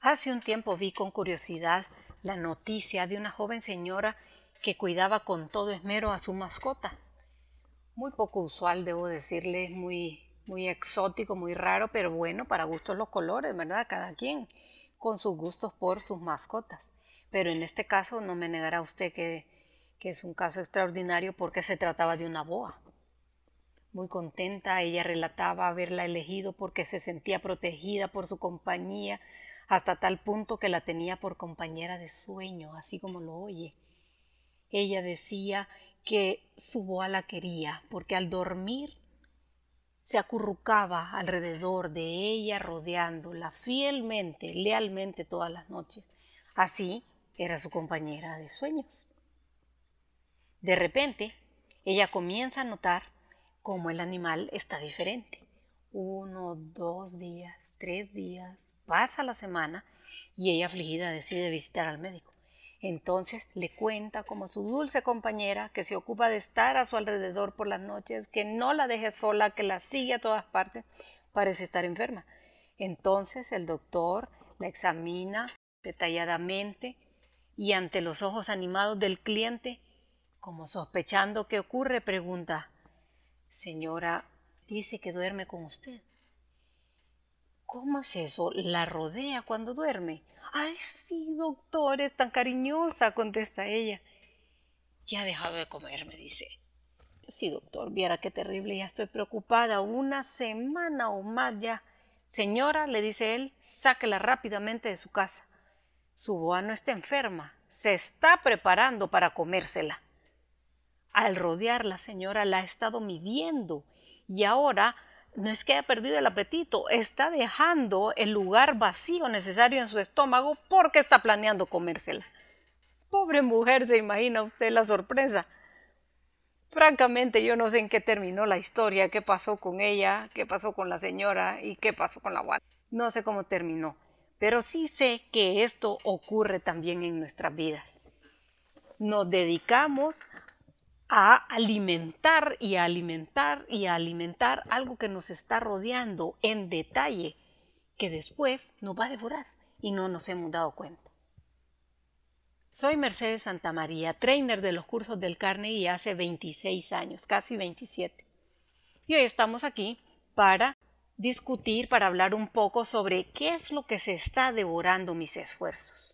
Hace un tiempo vi con curiosidad la noticia de una joven señora que cuidaba con todo esmero a su mascota. Muy poco usual, debo decirle, muy exótico, muy raro, pero bueno, para gustos los colores, ¿verdad? Cada quien con sus gustos por sus mascotas. Pero en este caso no me negará usted que es un caso extraordinario porque se trataba de una boa. Muy contenta, ella relataba haberla elegido porque se sentía protegida por su compañía, hasta tal punto que la tenía por compañera de sueño, así como lo oye. Ella decía que su boa la quería porque al dormir se acurrucaba alrededor de ella, rodeándola fielmente, lealmente todas las noches. Así era su compañera de sueños. De repente, ella comienza a notar cómo el animal está diferente. 1, 2 días, 3 días, pasa la semana y ella afligida decide visitar al médico. Entonces le cuenta como su dulce compañera, que se ocupa de estar a su alrededor por las noches, que no la deje sola, que la sigue a todas partes, parece estar enferma. Entonces el doctor la examina detalladamente y ante los ojos animados del cliente, como sospechando qué ocurre, pregunta: Señora, dice que duerme con usted. ¿Cómo es eso? ¿La rodea cuando duerme? Ay, sí, doctor, es tan cariñosa, contesta ella. Ya ha dejado de comer, me dice. Sí, doctor, viera qué terrible, ya estoy preocupada, 1 semana o más ya. Señora, le dice él, sáquela rápidamente de su casa. Su boa no está enferma, se está preparando para comérsela. Al rodear la señora la ha estado midiendo y ahora no es que haya perdido el apetito, está dejando el lugar vacío necesario en su estómago porque está planeando comérsela. Pobre mujer, se imagina usted la sorpresa. Francamente, yo no sé en qué terminó la historia, qué pasó con ella, qué pasó con la señora y qué pasó con la guardia. No sé cómo terminó, pero sí sé que esto ocurre también en nuestras vidas. Nos dedicamos a alimentar y a alimentar y a alimentar algo que nos está rodeando en detalle, que después nos va a devorar y no nos hemos dado cuenta. Soy Mercedes Santamaría, trainer de los cursos del Carnegie hace 26 años, casi 27. Y hoy estamos aquí para discutir, para hablar un poco sobre qué es lo que se está devorando mis esfuerzos.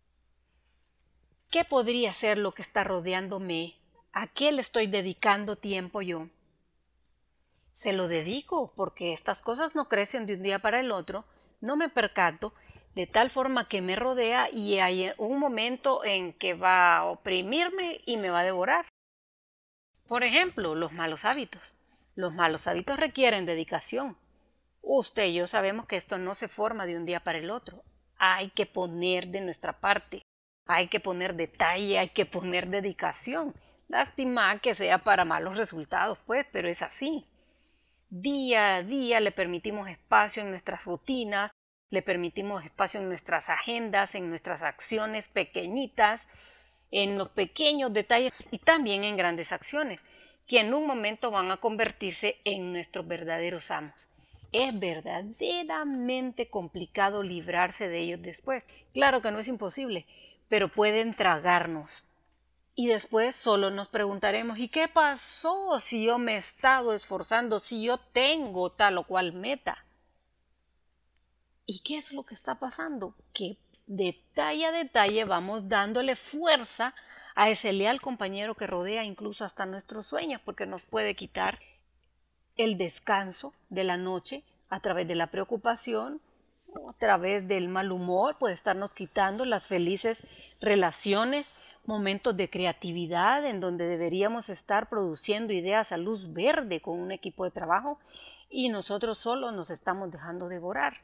¿Qué podría ser lo que está rodeándome? ¿A qué le estoy dedicando tiempo yo? Se lo dedico porque estas cosas no crecen de un día para el otro, no me percato, de tal forma que me rodea y hay un momento en que va a oprimirme y me va a devorar. Por ejemplo, los malos hábitos. Los malos hábitos requieren dedicación. Usted y yo sabemos que esto no se forma de un día para el otro. Hay que poner de nuestra parte, hay que poner detalle, hay que poner dedicación. Lástima que sea para malos resultados, pues, pero es así. Día a día le permitimos espacio en nuestras rutinas, le permitimos espacio en nuestras agendas, en nuestras acciones pequeñitas, en los pequeños detalles y también en grandes acciones, que en un momento van a convertirse en nuestros verdaderos amos. Es verdaderamente complicado librarse de ellos después. Claro que no es imposible, pero pueden tragarnos. Y después solo nos preguntaremos: ¿y qué pasó si yo me he estado esforzando, si yo tengo tal o cual meta? ¿Y qué es lo que está pasando? Que detalle a detalle vamos dándole fuerza a ese leal compañero que rodea incluso hasta nuestros sueños, porque nos puede quitar el descanso de la noche a través de la preocupación, o a través del mal humor, puede estarnos quitando las felices relaciones, momentos de creatividad en donde deberíamos estar produciendo ideas a luz verde con un equipo de trabajo y nosotros solo nos estamos dejando devorar.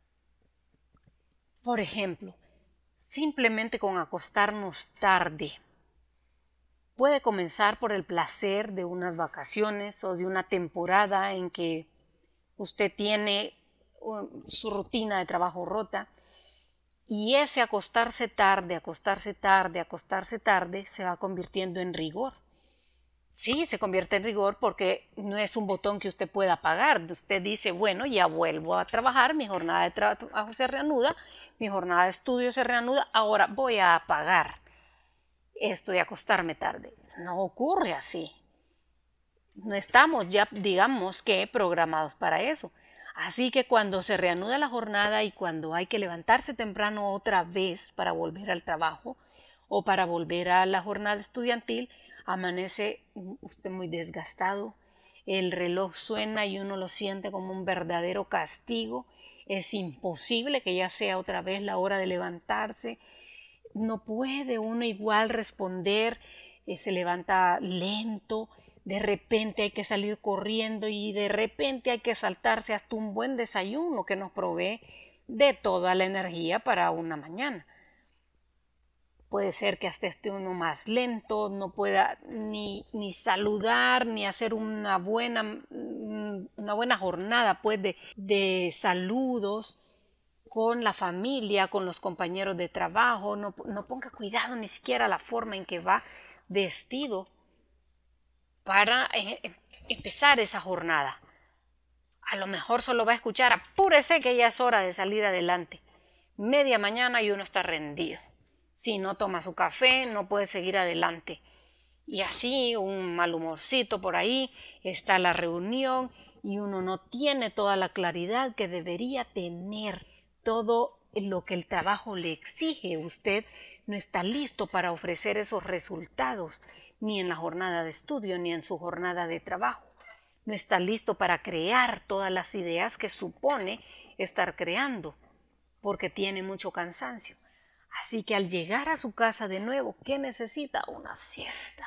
Por ejemplo, simplemente con acostarnos tarde. Puede comenzar por el placer de unas vacaciones o de una temporada en que usted tiene su rutina de trabajo rota y ese acostarse tarde se va convirtiendo en rigor. Sí, se convierte en rigor porque no es un botón que usted pueda apagar. Usted dice, bueno, ya vuelvo a trabajar, mi jornada de trabajo se reanuda, mi jornada de estudio se reanuda, ahora voy a apagar esto de acostarme tarde. No ocurre así. No estamos ya, digamos que, programados para eso. Así que cuando se reanuda la jornada y cuando hay que levantarse temprano otra vez para volver al trabajo o para volver a la jornada estudiantil, amanece usted muy desgastado, el reloj suena y uno lo siente como un verdadero castigo. Es imposible que ya sea otra vez la hora de levantarse. No puede uno igual responder, se levanta lento, de repente hay que salir corriendo y de repente hay que saltarse hasta un buen desayuno que nos provee de toda la energía para una mañana. Puede ser que hasta esté uno más lento, no pueda ni saludar, ni hacer una buena jornada pues de saludos con la familia, con los compañeros de trabajo, no ponga cuidado ni siquiera la forma en que va vestido para empezar esa jornada. A lo mejor solo va a escuchar, apúrese que ya es hora de salir adelante. Media mañana y uno está rendido. Si no toma su café, no puede seguir adelante. Y así, un mal humorcito por ahí, está la reunión y uno no tiene toda la claridad que debería tener. Todo lo que el trabajo le exige, usted no está listo para ofrecer esos resultados, ni en la jornada de estudio, ni en su jornada de trabajo. No está listo para crear todas las ideas que supone estar creando, porque tiene mucho cansancio. Así que al llegar a su casa de nuevo, ¿qué necesita? Una siesta.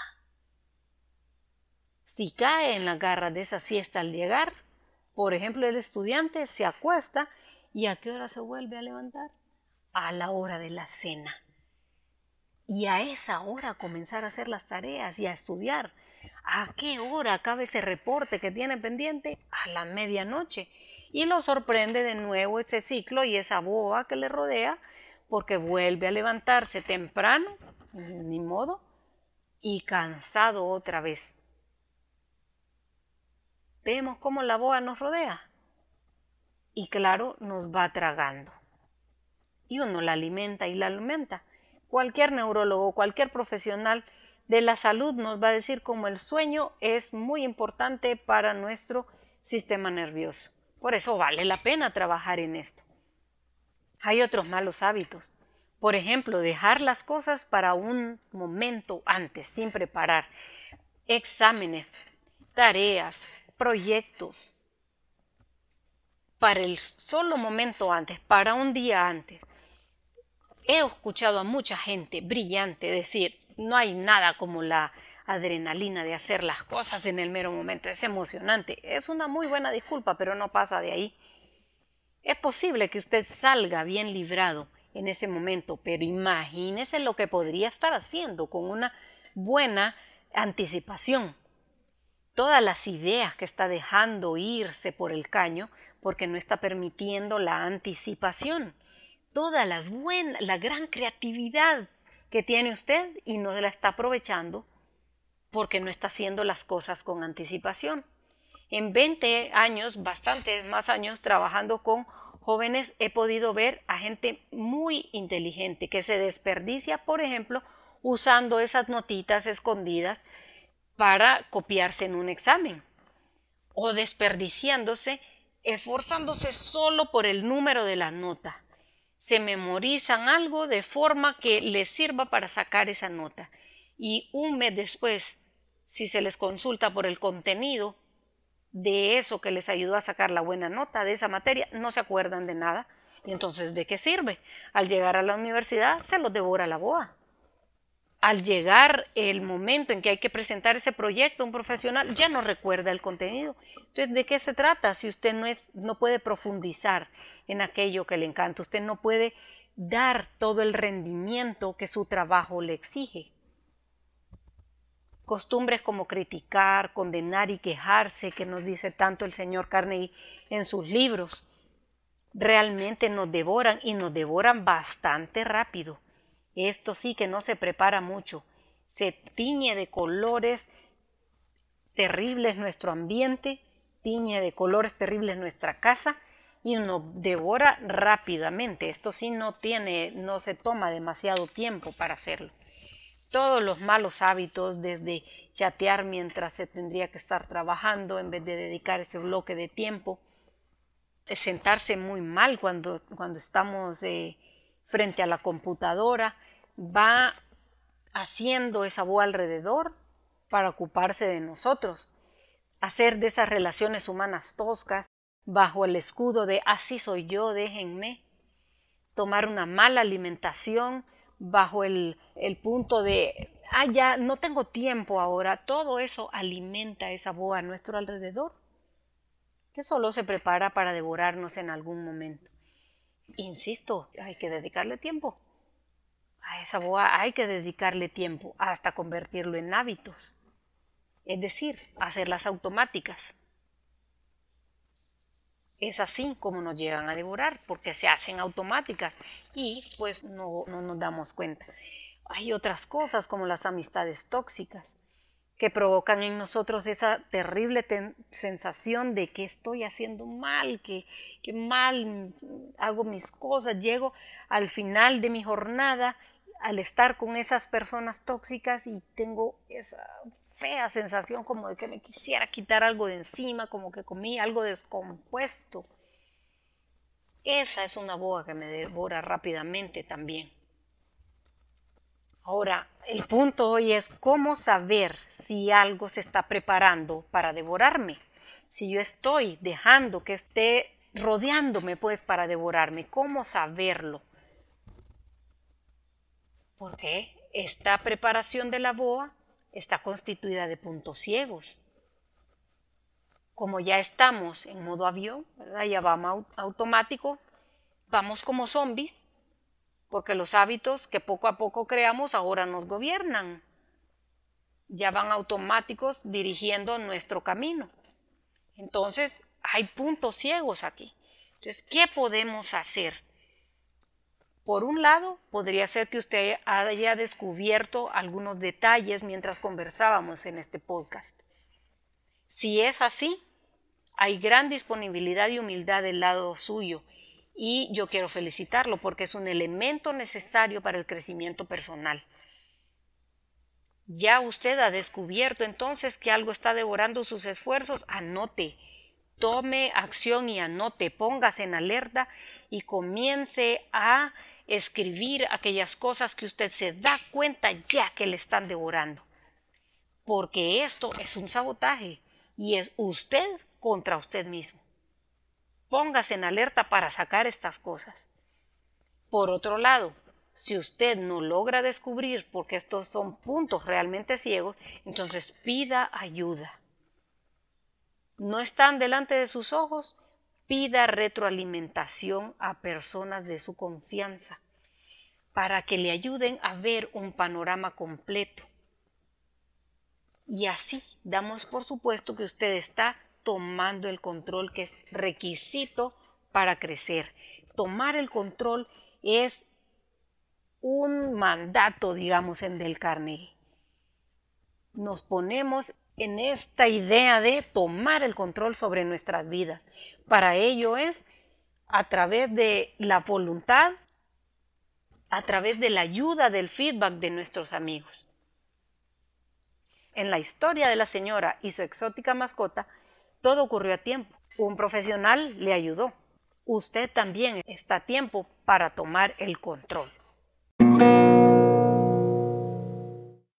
Si cae en la garra de esa siesta al llegar, por ejemplo, el estudiante se acuesta y ¿a qué hora se vuelve a levantar? A la hora de la cena. Y a esa hora comenzar a hacer las tareas y a estudiar. ¿A qué hora acaba ese reporte que tiene pendiente? A la medianoche. Y lo sorprende de nuevo ese ciclo y esa boa que le rodea, porque vuelve a levantarse temprano, ni modo, y cansado otra vez. Vemos cómo la boa nos rodea y claro, nos va tragando. Y uno la alimenta y la alimenta. Cualquier neurólogo, cualquier profesional de la salud nos va a decir cómo el sueño es muy importante para nuestro sistema nervioso. Por eso vale la pena trabajar en esto. Hay otros malos hábitos. Por ejemplo, dejar las cosas para un momento antes, sin preparar. Exámenes, tareas, proyectos. Para el solo momento antes, para un día antes. He escuchado a mucha gente brillante decir, no hay nada como la adrenalina de hacer las cosas en el mero momento. Es emocionante. Es una muy buena disculpa, pero no pasa de ahí. Es posible que usted salga bien librado en ese momento, pero imagínese lo que podría estar haciendo con una buena anticipación. Todas las ideas que está dejando irse por el caño porque no está permitiendo la anticipación. Toda la gran creatividad que tiene usted y no la está aprovechando porque no está haciendo las cosas con anticipación. En 20 años, bastantes más años trabajando con jóvenes, he podido ver a gente muy inteligente que se desperdicia, por ejemplo, usando esas notitas escondidas para copiarse en un examen o desperdiciándose, esforzándose solo por el número de la nota. Se memorizan algo de forma que les sirva para sacar esa nota y un mes después, si se les consulta por el contenido de eso que les ayudó a sacar la buena nota de esa materia, no se acuerdan de nada. Y entonces, ¿de qué sirve? Al llegar a la universidad se los devora la boa. Al llegar el momento en que hay que presentar ese proyecto a un profesional, ya no recuerda el contenido. Entonces, ¿de qué se trata si usted no puede profundizar en aquello que le encanta? Usted no puede dar todo el rendimiento que su trabajo le exige. Costumbres como criticar, condenar y quejarse, que nos dice tanto el señor Carnegie en sus libros, realmente nos devoran y nos devoran bastante rápido. Esto sí que no se prepara mucho, se tiñe de colores terribles nuestro ambiente, tiñe de colores terribles nuestra casa y nos devora rápidamente. Esto sí no se toma demasiado tiempo para hacerlo. Todos los malos hábitos, desde chatear mientras se tendría que estar trabajando en vez de dedicar ese bloque de tiempo, sentarse muy mal cuando estamos frente a la computadora, va haciendo esa boa alrededor para ocuparse de nosotros, hacer de esas relaciones humanas toscas bajo el escudo de así soy yo, déjenme, tomar una mala alimentación bajo el punto de ya no tengo tiempo ahora. Todo eso alimenta esa boa a nuestro alrededor, que solo se prepara para devorarnos en algún momento. Insisto, hay que dedicarle tiempo. A esa boa hay que dedicarle tiempo hasta convertirlo en hábitos. Es decir, hacerlas automáticas. Es así como nos llegan a devorar, porque se hacen automáticas y pues no nos damos cuenta. Hay otras cosas como las amistades tóxicas que provocan en nosotros esa terrible sensación de que estoy haciendo mal, que mal hago mis cosas. Llego al final de mi jornada al estar con esas personas tóxicas y tengo esa fea sensación como de que me quisiera quitar algo de encima, como que comí algo descompuesto. Esa es una boa que me devora rápidamente también. Ahora, el punto hoy es cómo saber si algo se está preparando para devorarme. Si yo estoy dejando que esté rodeándome pues para devorarme, ¿cómo saberlo? Porque esta preparación de la boa está constituida de puntos ciegos. Como ya estamos en modo avión, ¿verdad? Ya vamos automático, vamos como zombies, porque los hábitos que poco a poco creamos ahora nos gobiernan. Ya van automáticos dirigiendo nuestro camino. Entonces, hay puntos ciegos aquí. Entonces, ¿qué podemos hacer? Por un lado, podría ser que usted haya descubierto algunos detalles mientras conversábamos en este podcast. Si es así, hay gran disponibilidad y humildad del lado suyo y yo quiero felicitarlo porque es un elemento necesario para el crecimiento personal. Ya usted ha descubierto entonces que algo está devorando sus esfuerzos. Anote, tome acción y anote, póngase en alerta y comience a escribir aquellas cosas que usted se da cuenta ya que le están devorando. Porque esto es un sabotaje y es usted contra usted mismo. Póngase en alerta para sacar estas cosas. Por otro lado, si usted no logra descubrir, porque estos son puntos realmente ciegos, entonces pida ayuda. ¿No están delante de sus ojos? Pida retroalimentación a personas de su confianza para que le ayuden a ver un panorama completo. Y así damos por supuesto que usted está tomando el control, que es requisito para crecer. Tomar el control es un mandato, digamos, en Dale Carnegie. Nos ponemos en esta idea de tomar el control sobre nuestras vidas. Para ello es a través de la voluntad, a través de la ayuda, del feedback de nuestros amigos. En la historia de la señora y su exótica mascota, todo ocurrió a tiempo. Un profesional le ayudó. Usted también está a tiempo para tomar el control.